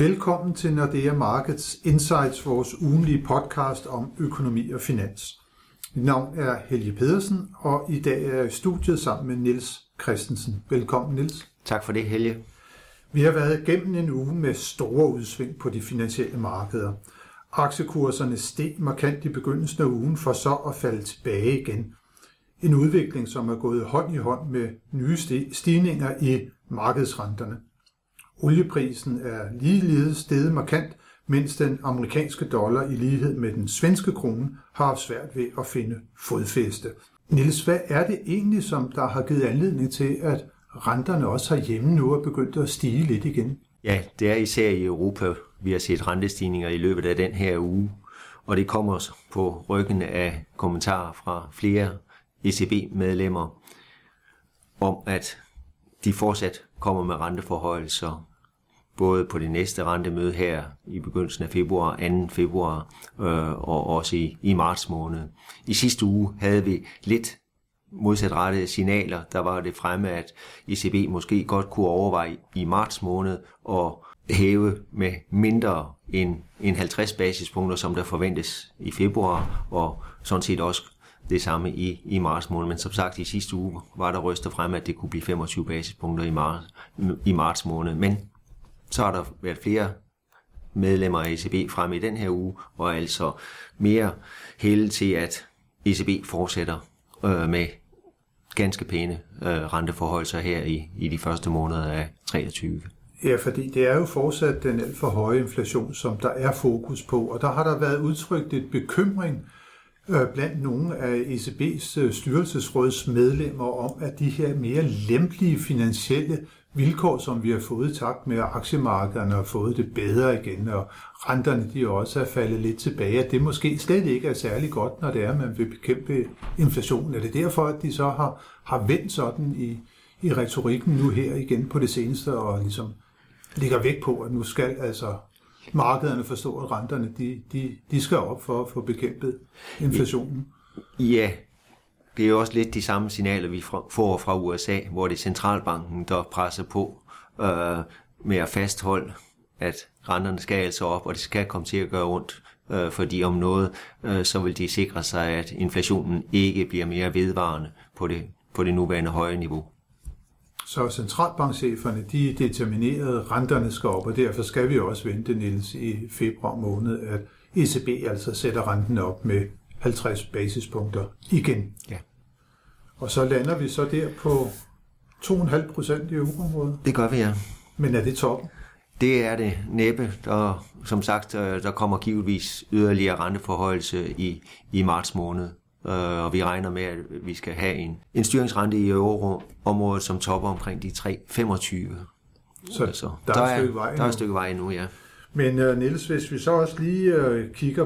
Velkommen til Nordea Markets Insights, vores ugenlige podcast om økonomi og finans. Mit navn er Helge Pedersen, og i dag er jeg i studiet sammen med Niels Christensen. Velkommen, Niels. Tak for det, Helge. Vi har været igennem en uge med store udsving på de finansielle markeder. Aktiekurserne steg markant i begyndelsen af ugen for så at falde tilbage igen. En udvikling, som er gået hånd i hånd med nye stigninger i markedsrenterne. Olieprisen er ligeledes steget markant, mens den amerikanske dollar i lighed med den svenske krone har haft svært ved at finde fodfæste. Niels, hvad er det egentlig, som der har givet anledning til, at renterne også herhjemme nu er begyndt at stige lidt igen? Ja, det er især i Europa, vi har set rentestigninger i løbet af den her uge, og det kommer på ryggen af kommentarer fra flere ECB-medlemmer om, at de fortsat kommer med renteforhøjelser, både på det næste rentemøde her i begyndelsen af februar, 2. februar og også i marts måned. I sidste uge havde vi lidt modsatrettede signaler. Der var det fremme, at ECB måske godt kunne overveje i marts måned at hæve med mindre end 50 basispunkter, som der forventes i februar, og sådan set også det samme i marts måned. Men som sagt, i sidste uge var der røster frem, at det kunne blive 25 basispunkter i marts måned. Men så har der været flere medlemmer af ECB frem i den her uge, og altså mere hælde til, at ECB fortsætter med ganske pæne renteforholdelser her i de første måneder af 23. Ja, fordi det er jo fortsat den alt for høje inflation, som der er fokus på, og der har der været udtrykt et bekymring blandt nogle af ECB's styrelsesråds medlemmer om, at de her mere lempelige finansielle vilkår, som vi har fået i takt med, at aktiemarkederne har fået det bedre igen, og renterne de også er faldet lidt tilbage, at det måske slet ikke er særlig godt, når det er, at man vil bekæmpe inflationen. Er det derfor, at de så har vendt sådan i retorikken nu her igen på det seneste, og ligesom lægger vægt på, at nu skal altså markederne forstå, at renterne de skal op for at få bekæmpet inflationen? Ja, det er jo også lidt de samme signaler, vi får fra USA, hvor det er centralbanken, der presser på med at fastholde, at renterne skal altså op, og det skal komme til at gøre ondt, fordi om noget, så vil de sikre sig, at inflationen ikke bliver mere vedvarende på det nuværende høje niveau. Så centralbankcheferne, de determinerede, renterne skal op, og derfor skal vi også vente, Niels, i februar måned, at ECB altså sætter renten op med 50 basispunkter igen. Ja. Og så lander vi så der på 2,5% i euroområdet. Det gør vi, ja. Men er det toppen? Det er det næppe. Som sagt, der kommer givetvis yderligere renteforhøjelse i marts måned. Og vi regner med, at vi skal have en styringsrente i euroområdet, som topper omkring de 3,25. Så der er et stykke vej. Der er et stykke vej endnu, ja. Men Niels, hvis vi så også lige kigger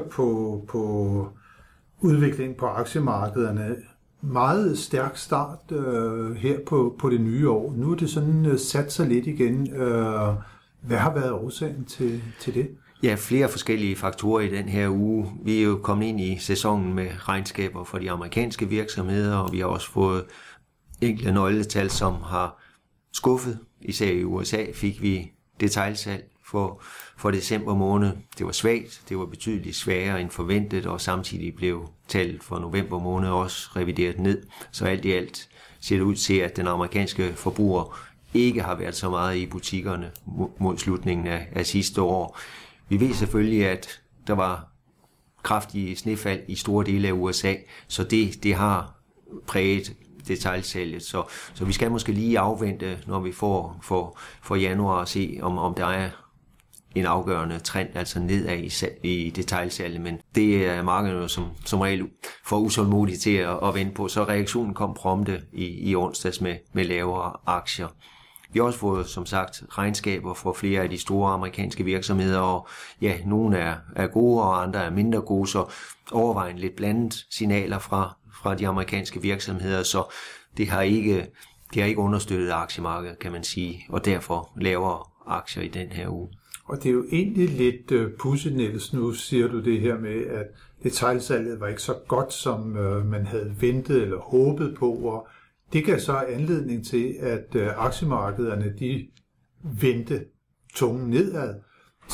på udviklingen på aktiemarkederne, meget stærk start her på det nye år. Nu er det sådan sat sig lidt igen. Hvad har været årsagen til det? Ja, flere forskellige faktorer i den her uge. Vi er jo kommet ind i sæsonen med regnskaber for de amerikanske virksomheder, og vi har også fået enkelte nøgletal, som har skuffet. Især i USA fik vi detailsalg for december måned. Det var svagt, det var betydeligt sværere end forventet, og samtidig blev tallet for november måned også revideret ned. Så alt i alt ser det ud til, at den amerikanske forbruger ikke har været så meget i butikkerne mod slutningen af sidste år. Vi ved selvfølgelig, at der var kraftige snefald i store dele af USA, så det har præget detailsalget. Så vi skal måske lige afvente, når vi får for januar at se, om der er en afgørende trend, altså nedad i detailsalget, men det er markedet som regel for utålmodigt til at vente på, så reaktionen kom prompte i onsdags med lavere aktier. Vi har også fået, som sagt, regnskaber for flere af de store amerikanske virksomheder, og ja, nogle er gode, og andre er mindre gode, så overvejende lidt blandet signaler fra de amerikanske virksomheder, så det har ikke understøttet aktiemarkedet, kan man sige, og derfor lavere aktier i den her uge. Og det er jo egentlig lidt pudsigt, Niels, nu siger du det her med, at detailsalget var ikke så godt, som man havde ventet eller håbet på, og det gav så anledning til, at aktiemarkederne de vendte tungen nedad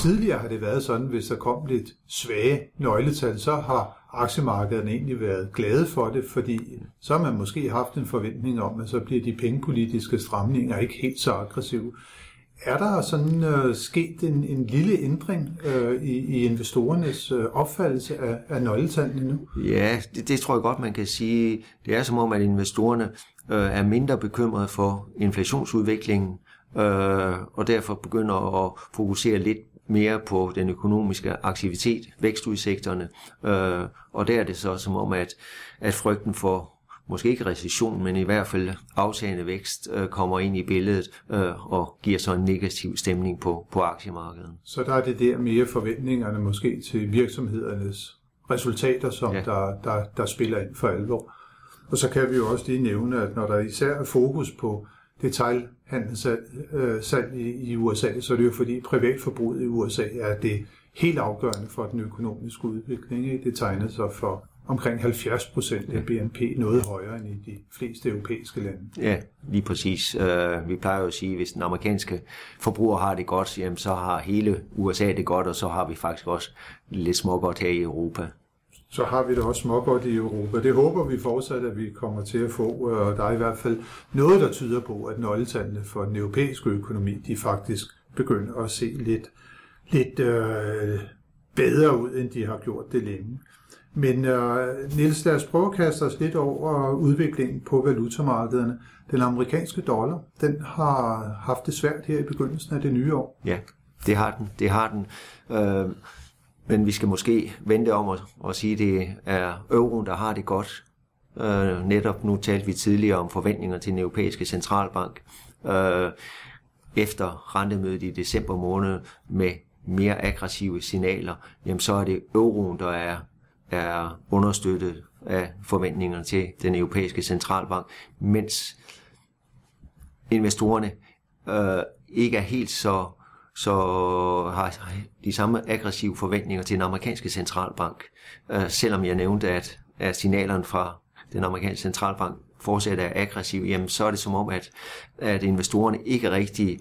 tidligere har det været sådan, hvis der kom lidt svage nøgletal, så har aktiemarkederne egentlig været glade for det, fordi så har man måske haft en forventning om, at så bliver de pengepolitiske stramninger ikke helt så aggressive. Er der sådan sket en lille ændring i investorernes opfattelse af nøgletallene nu? Ja, det tror jeg godt, man kan sige. Det er som om, at investorerne er mindre bekymrede for inflationsudviklingen, og derfor begynder at fokusere lidt mere på den økonomiske aktivitet, vækstudsigterne, og der er det så som om, at frygten for måske ikke recession, men i hvert fald aftagende vækst kommer ind i billedet og giver så en negativ stemning på aktiemarkedet. Så der er det der mere forventningerne måske til virksomhedernes resultater, som der spiller ind for alvor. Og så kan vi jo også lige nævne, at når der især er fokus på detailhandelssalg i USA, så er det jo fordi privatforbruget i USA er det helt afgørende for den økonomiske udvikling. Det tegner sig for omkring 70% af BNP, noget højere end i de fleste europæiske lande. Ja, lige præcis. Vi plejer jo at sige, at hvis den amerikanske forbruger har det godt, jamen, så har hele USA det godt, og så har vi faktisk også lidt smågodt her i Europa. Så har vi det også smågodt i Europa. Det håber vi fortsat, at vi kommer til at få, og der er i hvert fald noget, der tyder på, at nøgletallene for den europæiske økonomi, de faktisk begynder at se lidt bedre ud, end de har gjort det længe. Men Niels, lad os prøve at kaste os lidt over udviklingen på valutamarkederne. Den amerikanske dollar, den har haft det svært her i begyndelsen af det nye år. Ja, det har den. Men vi skal måske vente om at sige, at det er euroen, der har det godt. Netop nu talte vi tidligere om forventninger til den europæiske centralbank. Efter rentemødet i december måned med mere aggressive signaler, jamen så er det euroen, der er understøttet af forventningerne til den europæiske centralbank, mens investorerne ikke er helt så har de samme aggressive forventninger til den amerikanske centralbank. Selvom jeg nævnte, at signalerne fra den amerikanske centralbank fortsat er aggressive, jamen så er det som om, at investorerne ikke rigtig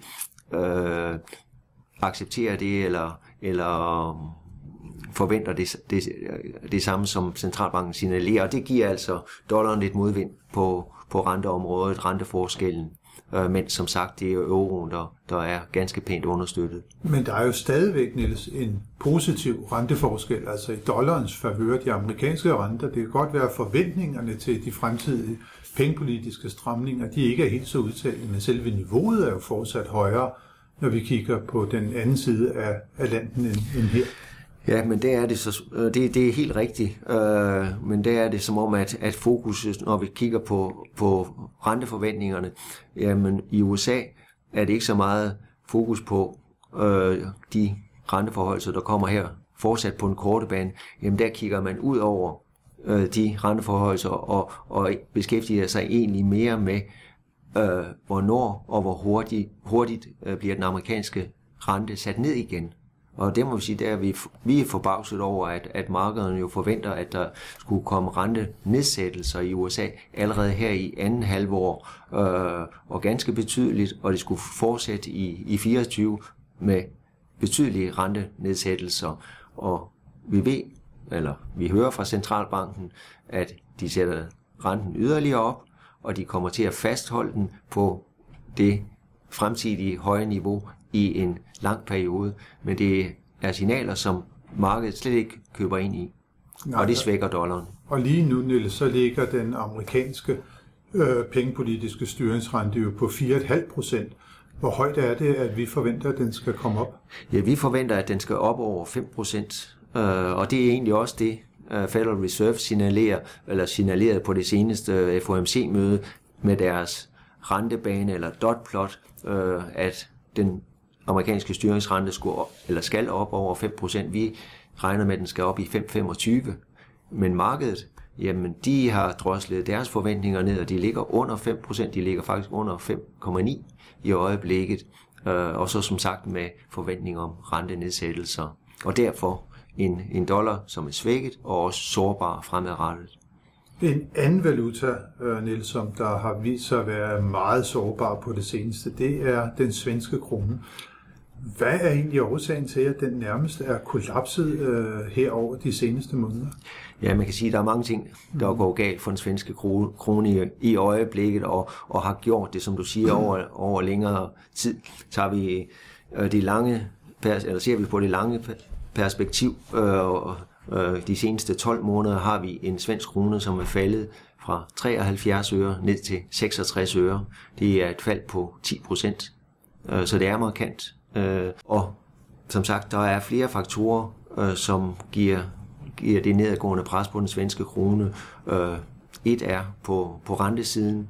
accepterer det, eller forventer det samme, som centralbanken signalerer. Og det giver altså dollaren lidt modvind på renteområdet, renteforskellen. Men som sagt, det er jo euroen, der er ganske pænt understøttet. Men der er jo stadigvæk, Niels, en positiv renteforskel, altså i dollarens favør, de amerikanske renter. Det kan godt være forventningerne til de fremtidige pengepolitiske stramninger, de ikke er helt så udtalte, men selve niveauet er jo fortsat højere, når vi kigger på den anden side af Atlanten end her. Ja, men det er det så, det er helt rigtigt, men det er det som om, at fokus, når vi kigger på renteforventningerne, jamen i USA er det ikke så meget fokus på de renteforholdelser, der kommer her, fortsat på en korte bane. Jamen der kigger man ud over de renteforholdelser og beskæftiger sig egentlig mere med, hvornår og hvor hurtigt bliver den amerikanske rente sat ned igen. Og det må vi sige, der vi er forbavset over, at markederne jo forventer, at der skulle komme rentenedsættelser i USA allerede her i anden halvår, og ganske betydeligt, og det skulle fortsætte i 24 med betydelige rentenedsættelser. Og vi hører fra centralbanken, at de sætter renten yderligere op, og de kommer til at fastholde den på det fremtidige høje niveau i en lang periode, men det er signaler, som markedet slet ikke køber ind i, og det svækker dollaren. Og lige nu, Niels, så ligger den amerikanske pengepolitiske styringsrente jo på 4,5%. Hvor højt er det, at vi forventer, at den skal komme op? Ja, vi forventer, at den skal op over 5%, og det er egentlig også det, Federal Reserve signalerede på det seneste FOMC-møde med deres rentebane eller dotplot, at den amerikanske styringsrente skal op over 5%. Vi regner med, at den skal op i 5,25%. Men markedet, jamen de har droslet deres forventninger ned, og de ligger under 5%. De ligger faktisk under 5,9% i øjeblikket. Og så som sagt med forventninger om rentenedsættelser. Og derfor en dollar, som er svækket og også sårbar fremadrettet. En anden valuta, Niels, som der har vist sig at være meget sårbar på det seneste, det er den svenske krone. Hvad er egentlig årsagen til, at den nærmest er kollapset herover de seneste måneder? Ja, man kan sige, at der er mange ting, der går galt for den svenske krone i øjeblikket, og har gjort det, som du siger, over længere tid. Tager vi ser vi på det lange perspektiv, de seneste 12 måneder har vi en svensk krone, som er faldet fra 73 øre ned til 66 øre. Det er et fald på 10%, så det er markant. Og som sagt, der er flere faktorer, som giver det nedadgående pres på den svenske krone. Et er på rentesiden,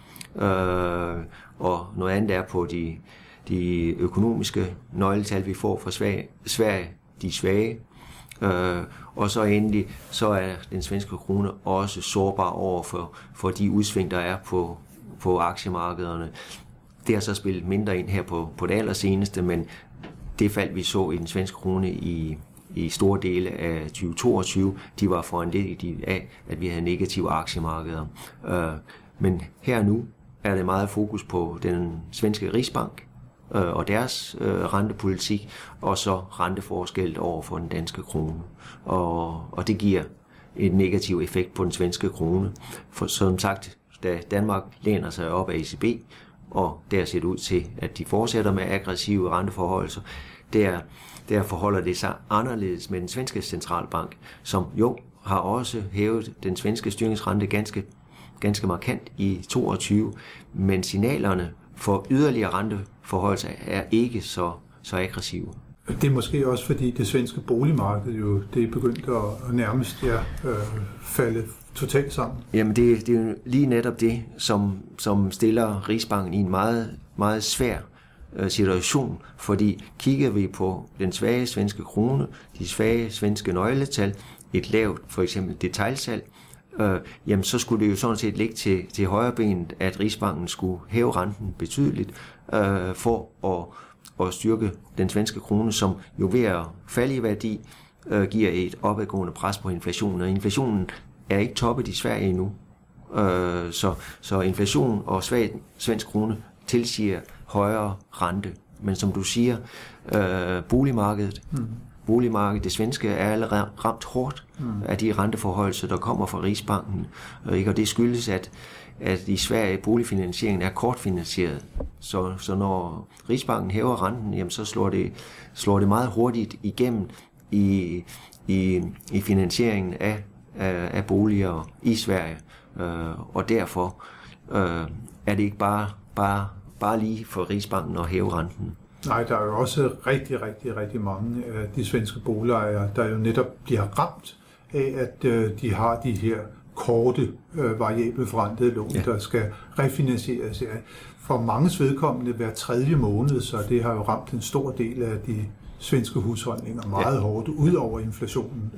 og noget andet er på de økonomiske nøgletal, vi får fra Sverige, de svage. Og så endelig, så er den svenske krone også sårbar over for de udsving, der er på aktiemarkederne. Det har så spillet mindre ind her på det allerseneste, men det fald, vi så i den svenske krone i store dele af 2022, de var foranlediget af, at vi havde negative aktiemarkeder. Men her nu er det meget fokus på den svenske Riksbank og deres rentepolitik, og så renteforskel over for den danske krone. Og det giver en negativ effekt på den svenske krone. For som sagt, da Danmark læner sig op af ECB, og der ser det ud til, at de fortsætter med aggressive renteforholdelser, der forholder det sig anderledes med den svenske centralbank, som jo har også hævet den svenske styringsrente ganske markant i 2022, men signalerne for yderligere renteforholdelser er ikke så aggressive. Det er måske også fordi det svenske boligmarked jo det er begyndt at nærmest falde totalt sammen. Jamen det er jo lige netop det, som stiller Riksbanken i en meget, meget svær situation, fordi kigger vi på den svage svenske krone, de svage svenske nøgletal, et lavt for eksempel detailsalg, jamen så skulle det jo sådan set ligge til højrebenet, at Riksbanken skulle hæve renten betydeligt for at styrke den svenske krone, som jo ved at falde i værdi giver et opadgående pres på inflationen, og inflationen er ikke toppet i Sverige endnu. Så inflation og svag svensk krone tilsiger højere rente. Men som du siger, boligmarkedet, det svenske, er allerede ramt hårdt af de renteforholdelser, der kommer fra Riksbanken. Og det skyldes, at i Sverige boligfinansieringen er kortfinansieret. Så når Riksbanken hæver renten, jamen, så slår det meget hurtigt igennem i finansieringen af boliger i Sverige. Og derfor er det ikke bare lige for Riksbanken at hæve renten. Nej, der er jo også rigtig mange af de svenske boligejere, der jo netop bliver ramt af, at de har de her korte, variable forrentede lån, der skal refinansieres for manges vedkommende hver 3. måned, så det har jo ramt en stor del af de svenske husholdninger meget hårdt, ud over inflationen.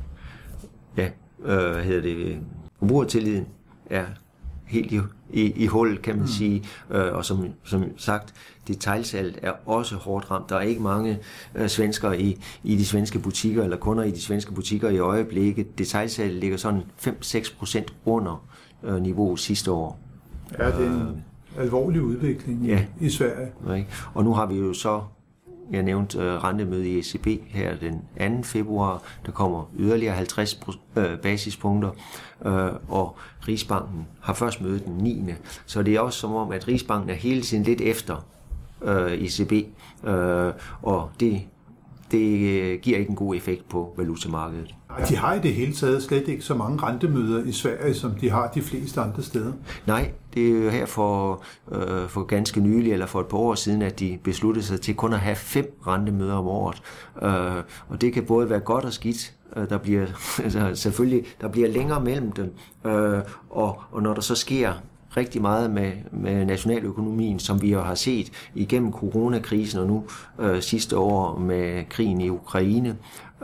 Forbrugertilliden er helt i hul, kan man sige, og som sagt, detailsalget er også hårdt ramt. Der er ikke mange svenskere i de svenske butikker, eller kunder i de svenske butikker i øjeblikket. Detailsalget ligger sådan 5-6% under niveauet sidste år. Ja, det er en alvorlig udvikling i Sverige. Og nu har vi jo så, jeg nævnte rentemøde i ECB her den 2. februar, der kommer yderligere 50 basispunkter, og Riksbanken har først møde den 9. Så det er også som om, at Riksbanken er hele tiden lidt efter ECB, og det giver ikke en god effekt på valutamarkedet. De har i det hele taget slet ikke så mange rentemøder i Sverige, som de har de fleste andre steder. Nej, det er jo her for ganske nylig, eller for et par år siden, at de besluttede sig til kun at have 5 rentemøder om året. Og det kan både være godt og skidt. Der bliver længere mellem dem, og når der så sker rigtig meget med nationaløkonomien, som vi jo har set igennem coronakrisen og nu sidste år med krigen i Ukraine,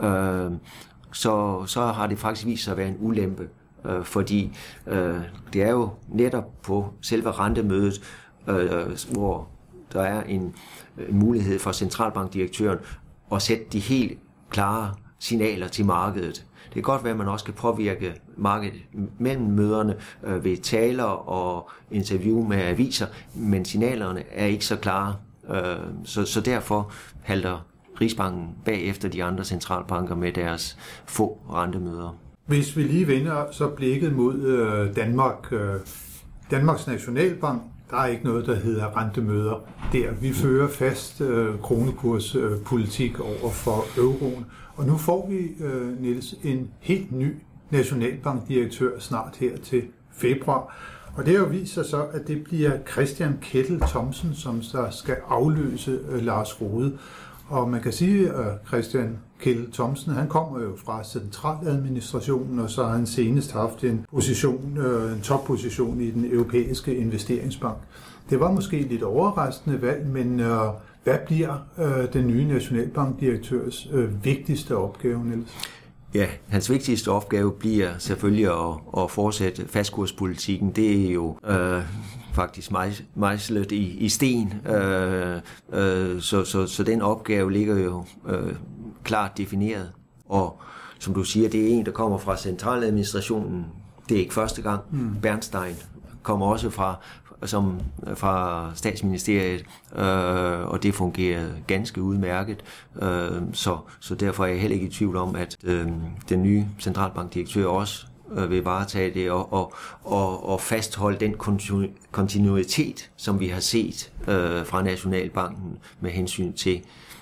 så har det faktisk vist sig at være en ulempe, fordi det er jo netop på selve rentemødet, hvor der er en mulighed for centralbankdirektøren at sætte de helt klare signaler til markedet. Det kan godt være, at man også kan påvirke markedet mellem møderne ved taler og interview med aviser, men signalerne er ikke så klare Så derfor halter Rigsbanken bagefter de andre centralbanker med deres få rentemøder. Hvis vi lige vender så blikket mod Danmark, Danmarks Nationalbank, der er ikke noget, der hedder rentemøder der. Vi fører fast kronekurspolitik over for euroen. Og nu får vi, Niels, en helt ny nationalbankdirektør snart her til februar. Og det har jo vist sig så, at det bliver Christian Kettel Thomsen, som så skal afløse Lars Rohde. Og man kan sige, at Christian Kettel Thomsen, han kommer jo fra centraladministrationen, og så har han senest haft en topposition i den europæiske investeringsbank. Det var måske lidt overraskende valg, men hvad bliver den nye nationalbankdirektørs vigtigste opgave, Niels? Ja, hans vigtigste opgave bliver selvfølgelig at fortsætte fastkurspolitikken. Det er jo faktisk mejslet i sten, så den opgave ligger jo klart defineret. Og som du siger, det er en, der kommer fra centraladministrationen. Det er ikke første gang. Bernstein kommer også fra statsministeriet, og det fungerer ganske udmærket. Så derfor er jeg heller ikke i tvivl om, at den nye centralbankdirektør også vil varetage det og fastholde den kontinuitet, som vi har set fra Nationalbanken med hensyn til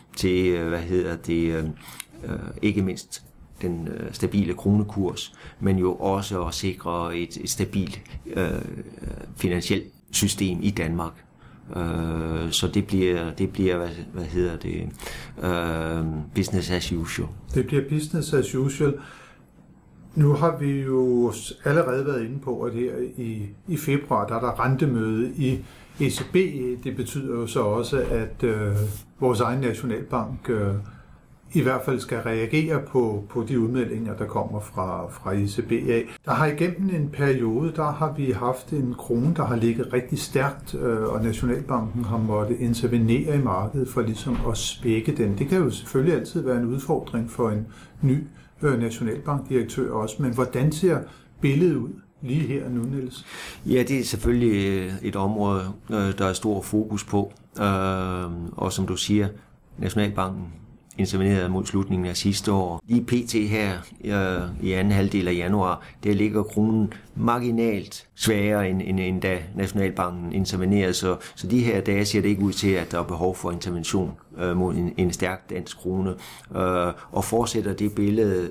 ikke mindst den stabile kronekurs, men jo også at sikre et stabilt finansielt system i Danmark. Så det bliver business as usual. Det bliver business as usual. Nu har vi jo allerede været inde på, at her i februar, der er der rentemøde i ECB. Det betyder jo så også, at vores egen nationalbank i hvert fald skal reagere på de udmeldinger, der kommer fra ECB af. Der har igennem en periode, der har vi haft en krone, der har ligget rigtig stærkt, og Nationalbanken har måttet intervenere i markedet for ligesom at spække den. Det kan jo selvfølgelig altid være en udfordring for en ny nationalbankdirektør også, men hvordan ser billedet ud lige her nu, Niels? Ja, det er selvfølgelig et område, der er stor fokus på, og som du siger, Nationalbanken intervenerede mod slutningen af sidste år. Lige pt. Her i anden halvdel af januar, der ligger kronen marginalt svagere end da Nationalbanken intervenerede, så de her dage ser det ikke ud til, at der er behov for intervention mod en stærk dansk krone, og fortsætter det billede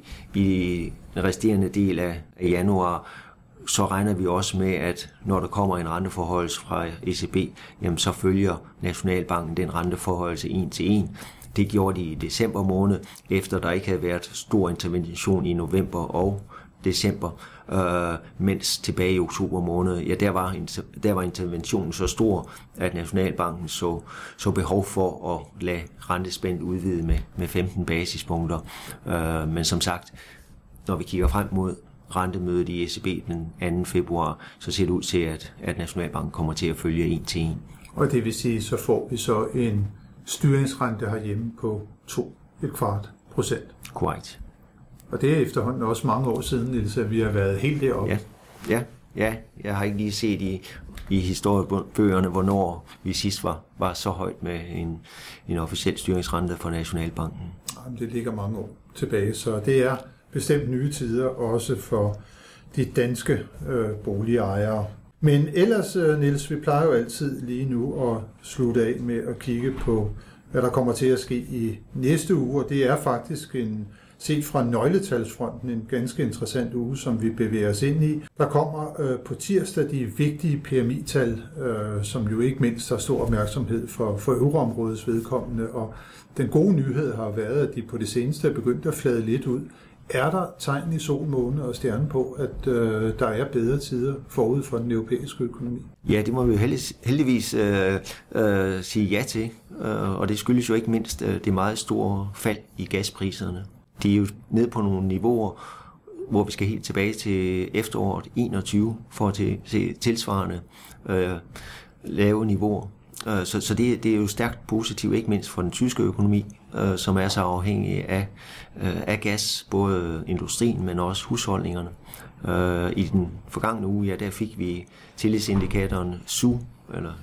i den resterende del af januar, så regner vi også med, at når der kommer en renteforhøjelse fra ECB, jamen så følger Nationalbanken den renteforhøjelse 1-1. Det gjorde de i december måned, efter der ikke havde været stor intervention i november og december, mens tilbage i oktober måned, ja, der var interventionen så stor, at Nationalbanken så behov for at lade rentespændet udvide med 15 basispunkter. Men som sagt, når vi kigger frem mod rentemødet i ECB den 2. februar, så ser det ud til, at Nationalbanken kommer til at følge 1-1. Og det vil sige, så får vi så en styringsrente herhjemme på 2,25%. Korrekt. Og det er efterhånden også mange år siden, Niels, at vi har været helt deroppe. Ja. Jeg har ikke lige set i historiebøgerne, hvornår vi sidst var så højt med en officiel styringsrente for Nationalbanken. Jamen, det ligger mange år tilbage, så det er bestemt nye tider også for de danske boligejere. Men ellers, Niels, vi plejer jo altid lige nu at slutte af med at kigge på, hvad der kommer til at ske i næste uge, og det er faktisk set fra nøgletalsfronten en ganske interessant uge, som vi bevæger os ind i. Der kommer på tirsdag de vigtige PMI-tal, som jo ikke mindst har stor opmærksomhed for euroområdets vedkommende, og den gode nyhed har været, at de på det seneste er begyndt at flade lidt ud. Er der tegn i sol, måne og stjerne på, at der er bedre tider forud for den europæiske økonomi? Ja, det må vi jo heldigvis sige ja til, og det skyldes jo ikke mindst det meget store fald i gaspriserne. De er jo ned på nogle niveauer, hvor vi skal helt tilbage til efteråret 21 for at se tilsvarende lave niveauer. Så det er jo stærkt positivt, ikke mindst for den tyske økonomi, som er så afhængig af gas, både industrien, men også husholdningerne. I den forgangne uge, ja, der fik vi tillidsindikatoren SU eller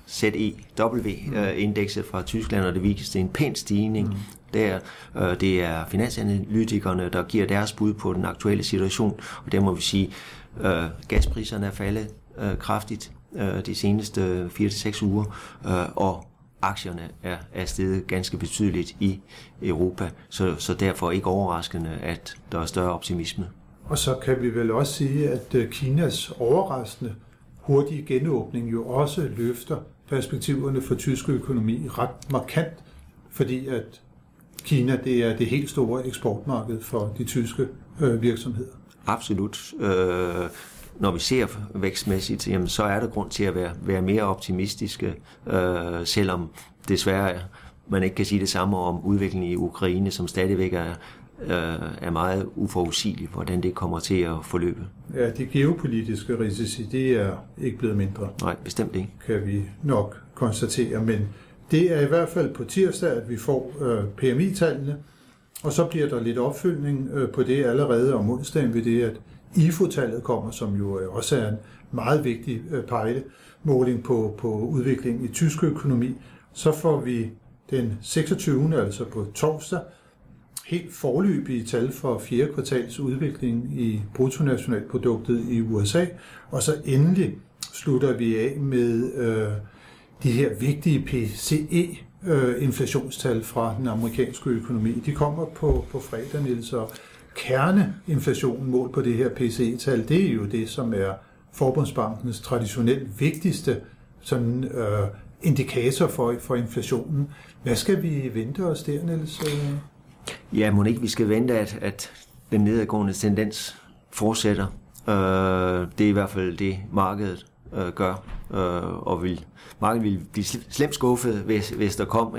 ZEW-indekset fra Tyskland, og det viser en pæn stigning. Der, det er finansanalytikerne, der giver deres bud på den aktuelle situation, og der må vi sige, gaspriserne er faldet kraftigt de seneste 4-6 uger, og aktierne er steget ganske betydeligt i Europa, så derfor ikke overraskende, at der er større optimisme. Og så kan vi vel også sige, at Kinas overraskende hurtige genåbning jo også løfter perspektiverne for tysk økonomi ret markant, fordi at Kina, det er det helt store eksportmarked for de tyske virksomheder. Absolut. Når vi ser vækstmæssigt, jamen, så er der grund til at være mere optimistiske, selvom desværre man ikke kan sige det samme om udviklingen i Ukraine, som stadigvæk er meget uforudsigeligt, hvordan det kommer til at forløbe. Ja, de geopolitiske risici, det er ikke blevet mindre. Nej, bestemt ikke. Kan vi nok konstatere, men det er i hvert fald på tirsdag, at vi får PMI-tallene, og så bliver der lidt opfølgning på det allerede om onsdagen ved det, at IFO-tallet kommer, som jo også er en meget vigtig pejlemåling på udviklingen i tysk økonomi. Så får vi den 26. altså på torsdag helt foreløbige tal for 4. kvartals udvikling i bruttonationalproduktet i USA, og så endelig slutter vi af med de her vigtige PCE-inflationstal fra den amerikanske økonomi. De kommer på fredag, Niels, og kerneinflationen målt på det her PCE-tal, det er jo det, som er Forbundsbankens traditionelt vigtigste sådan, indikator for inflationen. Hvad skal vi vente os der, Niels? Ja, må ikke vi skal vente, at den nedadgående tendens fortsætter. Det er i hvert fald det, markedet gør, og markedet vil blive slemt skuffet, hvis der kom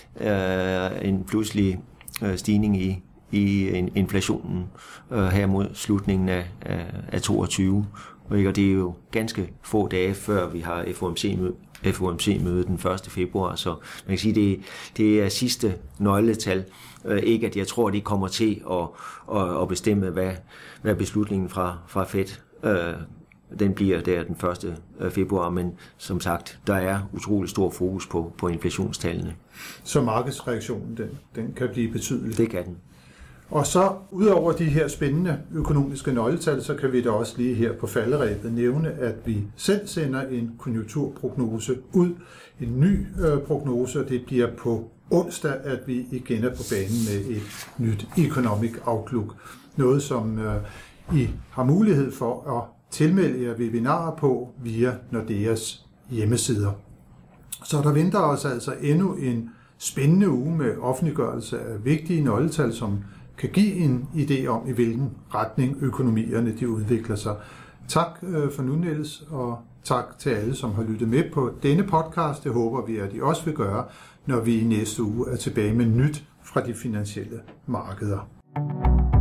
en pludselig stigning i inflationen her mod slutningen af 22. Og det er jo ganske få dage før vi har FOMC-møde den 1. februar, så man kan sige, det er sidste nøgletal. Ikke at jeg tror, de kommer til at bestemme, hvad beslutningen fra Fed den bliver der den 1. februar, men som sagt, der er utrolig stor fokus på inflationstallene. Så markedsreaktionen, den kan blive betydelig? Det kan den. Og så udover de her spændende økonomiske nøgletal, så kan vi da også lige her på falderebet nævne, at vi selv sender en konjunkturprognose ud. En ny prognose, og det bliver på onsdag, at vi igen er på banen med et nyt Economic Outlook. Noget, som I har mulighed for at tilmelde jer webinarer på via Nordeas hjemmesider. Så der venter os altså endnu en spændende uge med offentliggørelse af vigtige nøgletal, som kan give en idé om, i hvilken retning økonomierne de udvikler sig. Tak for nu, Niels, og tak til alle, som har lyttet med på denne podcast. Det håber vi, at I også vil gøre, når vi i næste uge er tilbage med nyt fra de finansielle markeder.